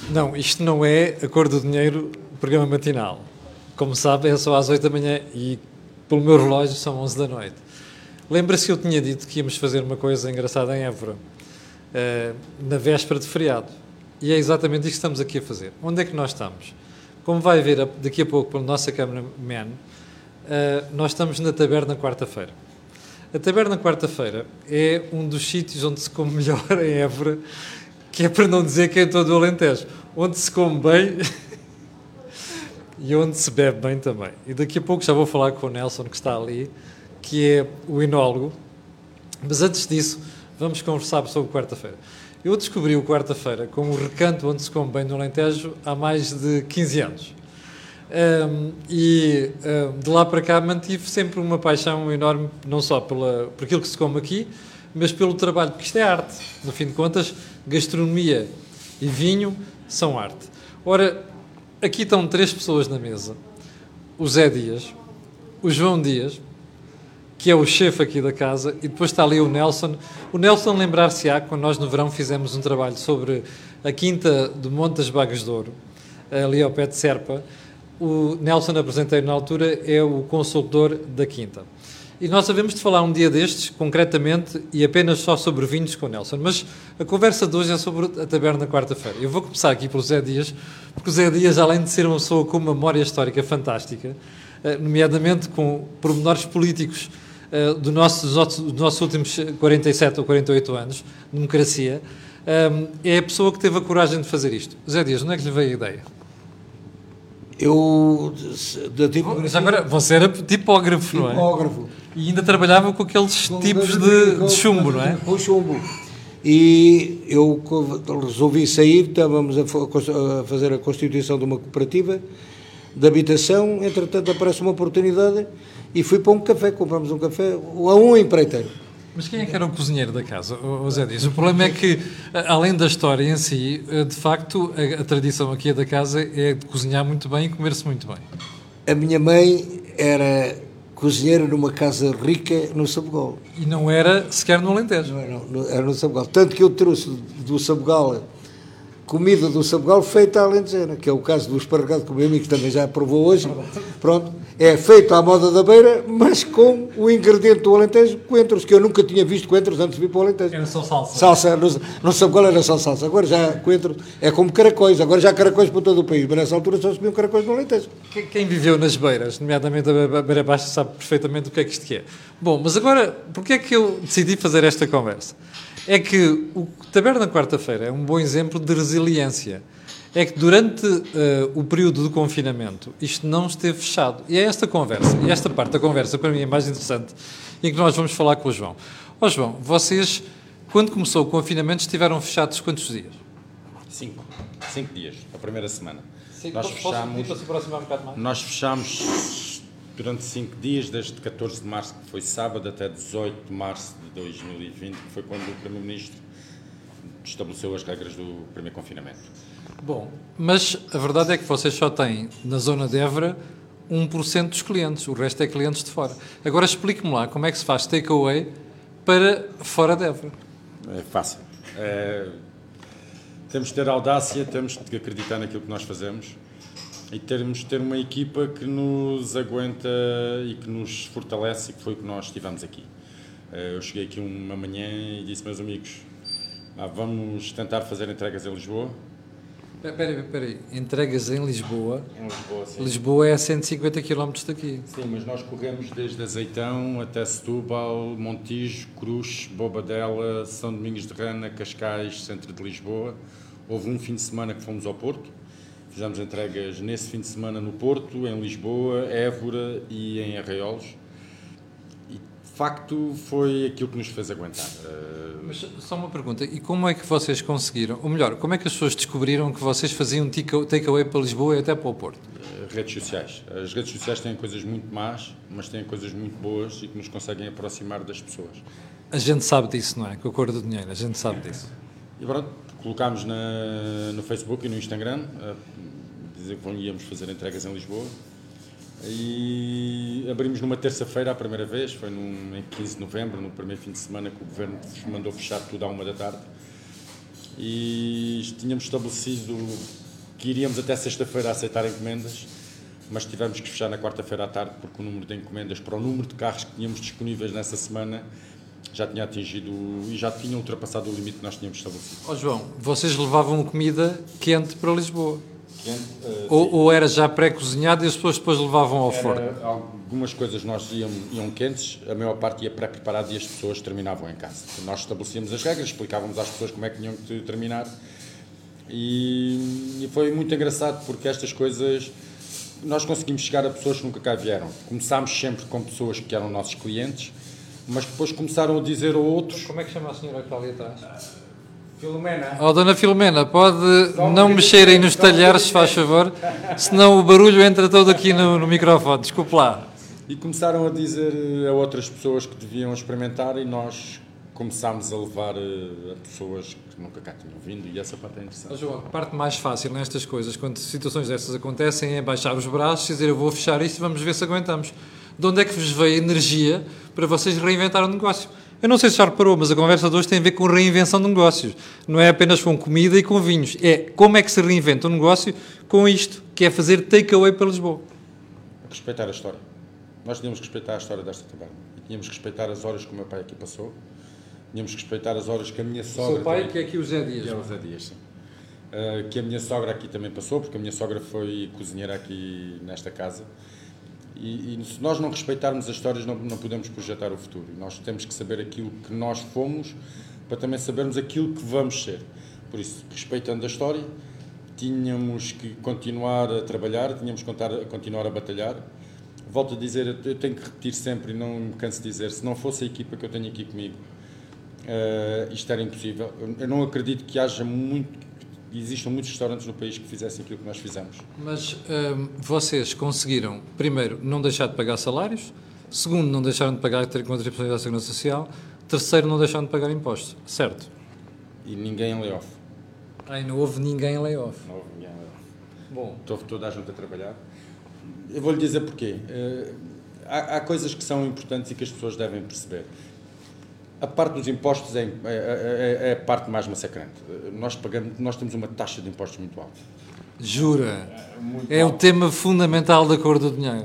Não, isto não é A Cor do Dinheiro, programa matinal. Como sabe, é só às 8 da manhã e, pelo meu relógio, são 11 da noite. Lembra-se que eu tinha dito que íamos fazer uma coisa engraçada em Évora, na véspera de feriado. E é exatamente isto que estamos aqui a fazer. Onde é que nós estamos? Como vai ver daqui a pouco pela nossa cameraman, nós estamos na Taberna Quarta-feira. A Taberna Quarta-feira é um dos sítios onde se come melhor em Évora, que é para não dizer que é em todo o Alentejo, onde se come bem e onde se bebe bem também. E daqui a pouco já vou falar com o Nelson, que está ali, que é o enólogo. Mas antes disso, vamos conversar sobre Quarta-feira. Eu descobri o Quarta-feira como o recanto onde se come bem no Alentejo há mais de 15 anos. De lá para cá mantive sempre uma paixão enorme, não só por aquilo que se come aqui, mas pelo trabalho, porque isto é arte. No fim de contas, gastronomia e vinho são arte. Ora, aqui estão 3 pessoas na mesa. O Zé Dias, o João Dias, que é o chefe aqui da casa, e depois está ali o Nelson. O Nelson lembrar-se-á, quando nós no verão fizemos um trabalho sobre a quinta de Monte das Bagas de Ouro, ali ao pé de Serpa. O Nelson, apresentei na altura, é o consultor da quinta. E nós havemos de falar um dia destes, concretamente, e apenas só sobre vinhos com o Nelson. Mas a conversa de hoje é sobre a Taberna Quarta-feira. Eu vou começar aqui pelo Zé Dias, porque o Zé Dias, além de ser uma pessoa com uma memória histórica fantástica, nomeadamente com pormenores políticos dos nossos últimos 47 ou 48 anos, de democracia, é a pessoa que teve a coragem de fazer isto. Zé Dias, onde é que lhe veio a ideia? Agora, você era tipógrafo, não é? Tipógrafo. E ainda trabalhava com aqueles tipos de chumbo, não é? Com chumbo. E eu resolvi sair, estávamos a fazer a constituição de uma cooperativa de habitação, entretanto aparece uma oportunidade e fui para um café, compramos um café a um empreiteiro. Mas quem é que era o cozinheiro da casa, o Zé Dias? O problema é que, além da história em si, de facto, a tradição aqui da casa é de cozinhar muito bem e comer-se muito bem. A minha mãe era cozinheira numa casa rica no Sabugal. E não era sequer no Alentejo? Não, era no Sabugal. Tanto que eu trouxe do Sabugal comida do Sabugal feita à alentejana, que é o caso do esparregado que o meu amigo também já provou hoje. Pronto, é feito à moda da beira, mas com o ingrediente do Alentejo, coentros, que eu nunca tinha visto coentros antes de vir para o Alentejo. Era só salsa. Salsa, no Sabugal era só salsa. Agora já coentros, é como caracóis, agora já há caracóis por todo o país, mas nessa altura só se comiam caracóis no Alentejo. Quem viveu nas beiras, nomeadamente a Beira Baixa, sabe perfeitamente o que é que isto é. Bom, mas agora, porquê é que eu decidi fazer esta conversa? É que o Taberna Quarta-feira é um bom exemplo de resiliência. É que durante o período do confinamento isto não esteve fechado. E é esta conversa, e esta parte da conversa para mim é mais interessante, em que nós vamos falar com o João. João, vocês, quando começou o confinamento, estiveram fechados quantos dias? 5 dias, a primeira semana. Nós fechámos durante 5 dias, desde 14 de março, que foi sábado, até 18 de março de 2020, que foi quando o Primeiro-Ministro estabeleceu as regras do primeiro confinamento. Bom, mas a verdade é que vocês só têm, na zona de Évora, 1% dos clientes, o resto é clientes de fora. Agora explique-me lá como é que se faz takeaway para fora de Évora. É fácil. Temos de ter audácia, temos de acreditar naquilo que nós fazemos e termos de ter uma equipa que nos aguenta e que nos fortalece, e que foi o que nós tivemos aqui. Eu cheguei aqui uma manhã e disse, meus amigos, vamos tentar fazer entregas em Lisboa. Espera aí. Entregas em Lisboa? Em Lisboa, sim. Lisboa é a 150 km daqui. Sim, mas nós corremos desde Azeitão até Setúbal, Montijo, Cruz, Bobadela, São Domingos de Rana, Cascais, centro de Lisboa. Houve um fim de semana que fomos ao Porto. Fizemos entregas nesse fim de semana no Porto, em Lisboa, Évora e em Arraiolos. E, de facto, foi aquilo que nos fez aguentar. Mas só uma pergunta, e como é que vocês conseguiram, ou melhor, como é que as pessoas descobriram que vocês faziam takeaway para Lisboa e até para o Porto? Redes sociais. As redes sociais têm coisas muito más, mas têm coisas muito boas e que nos conseguem aproximar das pessoas. A gente sabe disso, não é? Com a Cor do Dinheiro, a gente sabe disso. E pronto, colocámos no Facebook e no Instagram, dizer que íamos fazer entregas em Lisboa. E abrimos numa terça-feira a primeira vez, foi em 15 de novembro, no primeiro fim de semana que o Governo mandou fechar tudo à 1 da tarde. E tínhamos estabelecido que iríamos até sexta-feira aceitar encomendas, mas tivemos que fechar na quarta-feira à tarde porque o número de encomendas para o número de carros que tínhamos disponíveis nessa semana já tinha atingido e já tinha ultrapassado o limite que nós tínhamos estabelecido. João, vocês levavam comida quente para Lisboa? Quente, ou era já pré-cozinhado e as pessoas depois levavam ao forno? Algumas coisas nós iam quentes, a maior parte ia pré-preparado e as pessoas terminavam em casa. Nós estabelecíamos as regras, explicávamos às pessoas como é que tinham que terminar e foi muito engraçado porque estas coisas nós conseguimos chegar a pessoas que nunca cá vieram. Começámos sempre com pessoas que eram nossos clientes, mas depois começaram a dizer a outros... Como é que chama a senhora que está ali atrás? Filomena. Dona Filomena, pode não mexer aí nos talheres, se faz favor, senão o barulho entra todo aqui no microfone. Desculpe lá. E começaram a dizer a outras pessoas que deviam experimentar e nós começámos a levar a pessoas que nunca cá tinham vindo e essa parte é interessante. João, a parte mais fácil nestas coisas, quando situações dessas acontecem, é baixar os braços e dizer eu vou fechar isto e vamos ver se aguentamos. De onde é que vos veio a energia para vocês reinventar o negócio? Eu não sei se já reparou, mas a conversa de hoje tem a ver com reinvenção de negócios. Não é apenas com comida e com vinhos. É como é que se reinventa um negócio com isto, que é fazer takeaway para Lisboa. Respeitar a história. Nós tínhamos que respeitar a história desta taberna. E tínhamos que respeitar as horas que o meu pai aqui passou. Tínhamos que respeitar as horas que a minha sogra... O seu pai, que é aqui o Zé Dias. Que é o Zé Dias, sim. Que a minha sogra aqui também passou, porque a minha sogra foi cozinheira aqui nesta casa. E se nós não respeitarmos as histórias, não podemos projetar o futuro. E nós temos que saber aquilo que nós fomos, para também sabermos aquilo que vamos ser. Por isso, respeitando a história, tínhamos que continuar a trabalhar, tínhamos que continuar a batalhar. Volto a dizer, eu tenho que repetir sempre, e não me canso de dizer, se não fosse a equipa que eu tenho aqui comigo, isto era impossível. Eu não acredito que existam muitos restaurantes no país que fizessem aquilo que nós fizemos. Mas vocês conseguiram, primeiro, não deixar de pagar salários, segundo, não deixaram de pagar contribuições à Segurança Social, terceiro, não deixaram de pagar impostos, certo? E ninguém em layoff. Não houve ninguém em layoff. Não houve ninguém em layoff. Bom. Estou toda a gente a trabalhar. Eu vou-lhe dizer porquê. Há coisas que são importantes e que as pessoas devem perceber. A parte dos impostos é a parte mais massacrante. Nós temos uma taxa de impostos muito alta. Jura? É o tema fundamental da cor do dinheiro.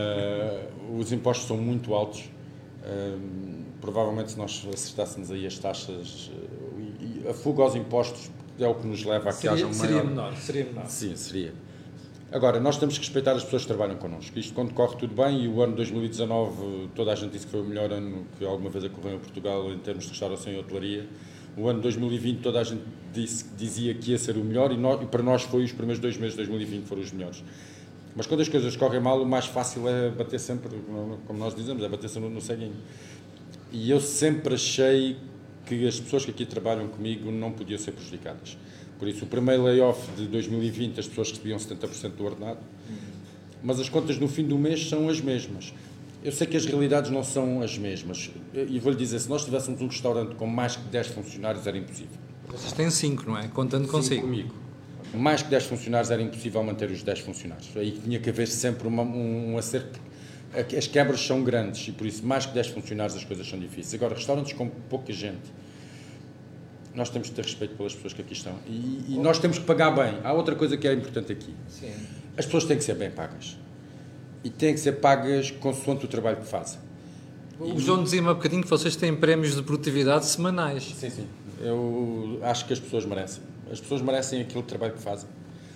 Os impostos são muito altos. Provavelmente se nós acertássemos aí as taxas, a fuga aos impostos é o que nos leva a que haja um maior... Seria menor. Sim, seria. Agora, nós temos que respeitar as pessoas que trabalham connosco. Isto quando corre tudo bem, e o ano 2019, toda a gente disse que foi o melhor ano que alguma vez ocorreu em Portugal em termos de restauração e hotelaria. O ano 2020 toda a gente dizia que ia ser o melhor e para nós foi os primeiros 2 meses de 2020 foram os melhores. Mas quando as coisas correm mal, o mais fácil é bater sempre, como nós dizemos, é bater sempre no ceguinho. E eu sempre achei que as pessoas que aqui trabalham comigo não podiam ser prejudicadas. Por isso, o primeiro layoff de 2020, as pessoas recebiam 70% do ordenado, mas as contas no fim do mês são as mesmas. Eu sei que as realidades não são as mesmas. E vou-lhe dizer, se nós tivéssemos um restaurante com mais que 10 funcionários, era impossível. Vocês têm 5, não é? Contando consigo. Comigo. Mais que 10 funcionários, era impossível manter os 10 funcionários. Aí tinha que haver sempre um acerto. As quebras são grandes e, por isso, mais que 10 funcionários, as coisas são difíceis. Agora, restaurantes com pouca gente, nós temos que ter respeito pelas pessoas que aqui estão. E nós temos que pagar bem. Há outra coisa que é importante aqui. Sim. As pessoas têm que ser bem pagas. E têm que ser pagas consoante o trabalho que fazem. O João dizia-me há bocadinho que vocês têm prémios de produtividade semanais. Sim, sim. Eu acho que as pessoas merecem. As pessoas merecem aquele trabalho que fazem.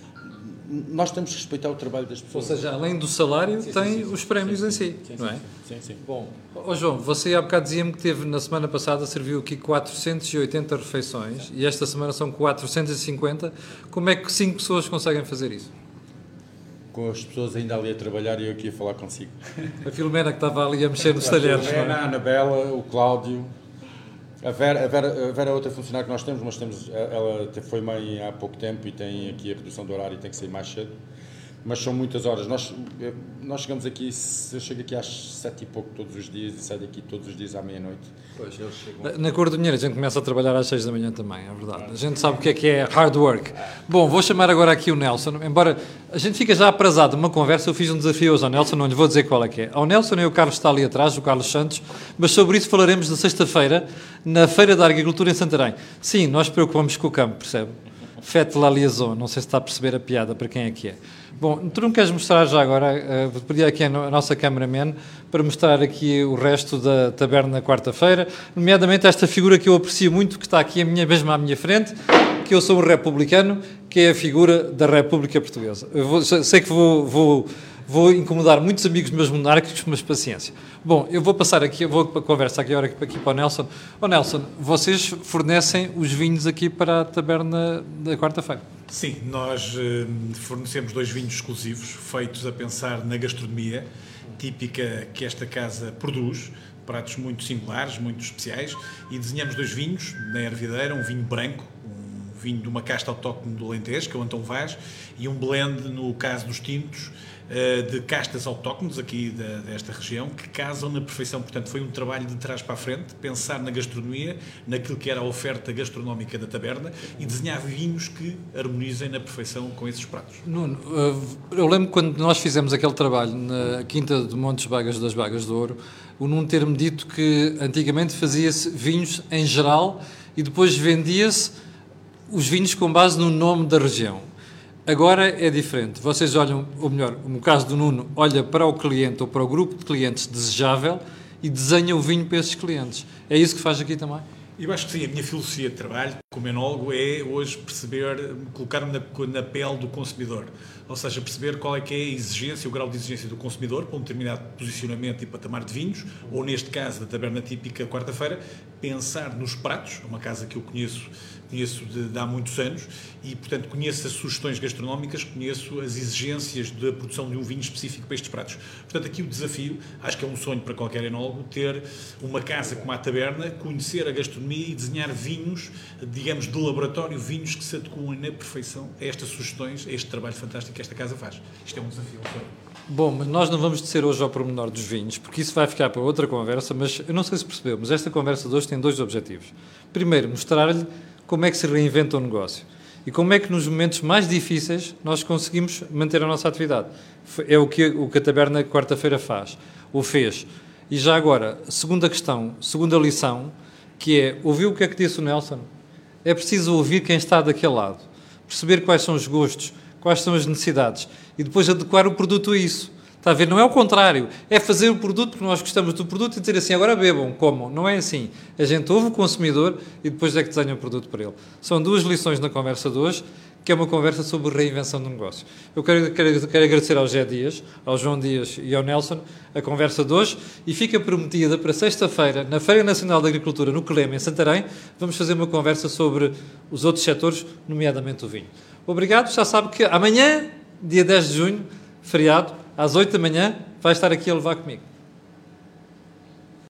Nós temos que respeitar o trabalho das pessoas. Ou seja, além do salário, tem os prémios em si, não é? Sim. Bom, João, você há bocado dizia-me que teve, na semana passada, serviu aqui 480 refeições e esta semana são 450. Como é que 5 pessoas conseguem fazer isso? Com as pessoas ainda ali a trabalhar e eu aqui a falar consigo. A Filomena que estava ali a mexer nos talheres. A Anabela, o Cláudio, a Vera é outra funcionária que nós temos, mas ela foi mãe há pouco tempo e tem aqui a redução do horário e tem que sair mais cedo. Mas são muitas horas. Nós chegamos aqui, eu chego aqui às 7 e pouco todos os dias e saio daqui todos os dias à meia-noite. Pois, eles chegam. Na cor do dinheiro a gente começa a trabalhar às 6 da manhã também, é verdade. A gente sabe o que é hard work. Bom, vou chamar agora aqui o Nelson. Embora a gente fica já aprazado numa conversa, eu fiz um desafio hoje ao Nelson, não lhe vou dizer qual é que é. Ao Nelson e o Carlos está ali atrás, o Carlos Santos, mas sobre isso falaremos na sexta-feira, na Feira da Agricultura em Santarém. Sim, nós preocupamos com o campo, percebe? Fête la liaison. Não sei se está a perceber a piada para quem é que é. Bom, tu não queres mostrar já agora, vou pedir aqui a nossa cameraman para mostrar aqui o resto da taberna quarta-feira, nomeadamente esta figura que eu aprecio muito, que está aqui mesmo à minha frente, que eu sou um republicano, que é a figura da República Portuguesa. Sei que vou incomodar muitos amigos meus monárquicos, mas paciência. Bom, eu vou passar aqui, eu vou para a conversa aqui para o Nelson. Nelson, vocês fornecem os vinhos aqui para a taberna da quarta-feira? Sim, nós fornecemos 2 vinhos exclusivos, feitos a pensar na gastronomia típica que esta casa produz, pratos muito singulares, muito especiais, e desenhamos 2 vinhos na Ervideira, um vinho branco, um vinho de uma casta autóctone do Alentejo, que é o Antão Vaz, e um blend, no caso dos tintos, de castas autóctones aqui desta região, que casam na perfeição. Portanto, foi um trabalho de trás para a frente, pensar na gastronomia, naquilo que era a oferta gastronómica da taberna e desenhar vinhos que harmonizem na perfeição com esses pratos. Nuno, eu lembro quando nós fizemos aquele trabalho na Quinta de Montes Bagas das Bagas de Ouro, o Nuno ter-me dito que antigamente fazia-se vinhos em geral e depois vendia-se os vinhos com base no nome da região. Agora é diferente. Vocês olham, ou melhor, no caso do Nuno, olha para o cliente ou para o grupo de clientes desejável e desenha o vinho para esses clientes. É isso que faz aqui também? Eu acho que sim, a minha filosofia de trabalho como enólogo é hoje perceber, colocar-me na pele do consumidor. Ou seja, perceber qual é que é a exigência, o grau de exigência do consumidor para um determinado posicionamento e patamar de vinhos, ou neste caso da taberna típica quarta-feira, pensar nos pratos, é uma casa que eu conheço de há muitos anos e, portanto, conheço as sugestões gastronómicas, conheço as exigências da produção de um vinho específico para estes pratos. Portanto, aqui o desafio, acho que é um sonho para qualquer enólogo, ter uma casa como a taberna, conhecer a gastronomia e desenhar vinhos, digamos, de laboratório, vinhos que se adequam na perfeição a estas sugestões, a este trabalho fantástico que esta casa faz. Isto é um desafio, um sonho. Bom, mas nós não vamos descer hoje ao pormenor dos vinhos, porque isso vai ficar para outra conversa, mas eu não sei se percebeu, mas esta conversa de hoje tem 2 objetivos. Primeiro, mostrar-lhe como é que se reinventa o negócio e como é que nos momentos mais difíceis nós conseguimos manter a nossa atividade. É o que a taberna quarta-feira fez. E já agora, segunda questão, segunda lição, que é, ouviu o que é que disse o Nelson? É preciso ouvir quem está daquele lado, perceber quais são os gostos, quais são as necessidades e depois adequar o produto a isso. Está a ver? Não é o contrário. É fazer o produto porque nós gostamos do produto e dizer assim, agora bebam, comam. Não é assim. A gente ouve o consumidor e depois é que desenha o produto para ele. São 2 lições na conversa de hoje, que é uma conversa sobre reinvenção do negócio. Eu quero agradecer ao José Dias, ao João Dias e ao Nelson a conversa de hoje e fica prometida para sexta-feira, na Feira Nacional da Agricultura, no Quelema, em Santarém, vamos fazer uma conversa sobre os outros setores, nomeadamente o vinho. Obrigado. Já sabe que amanhã, dia 10 de junho, feriado, às 8 da manhã, vai estar aqui a levar comigo.